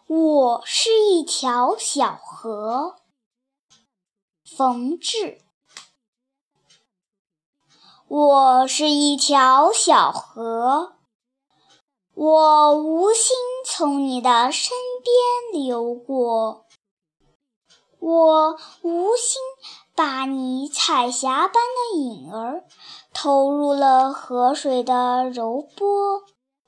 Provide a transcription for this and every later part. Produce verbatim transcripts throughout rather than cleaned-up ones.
我是一条小河。冯至。我是一条小河，我无心从你的身边流过，我无心把你彩霞般的影儿投入了河水的柔波。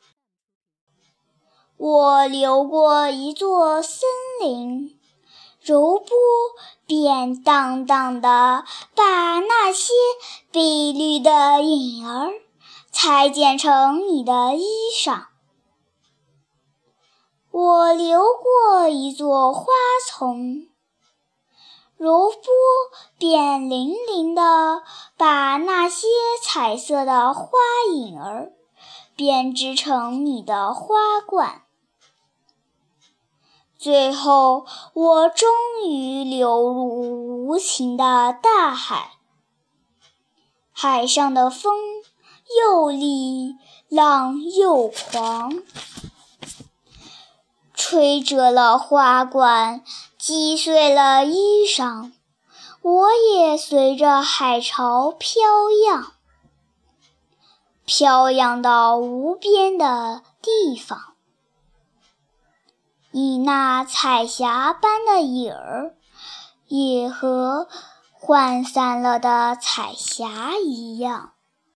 我流过一座森林，柔波便荡荡地把那些碧绿的影儿裁剪成你的衣裳。我流过一座花丛，柔波便粼粼地把那些彩色的花影儿编织成你的花冠。最后，我终于流入无情的大海，海上的风又厉，浪又狂，吹折了花冠，击碎了衣裳，我也随着海潮飘扬，飘扬到无边的地方。你那彩霞般的影儿，也和涣散了的彩霞一样。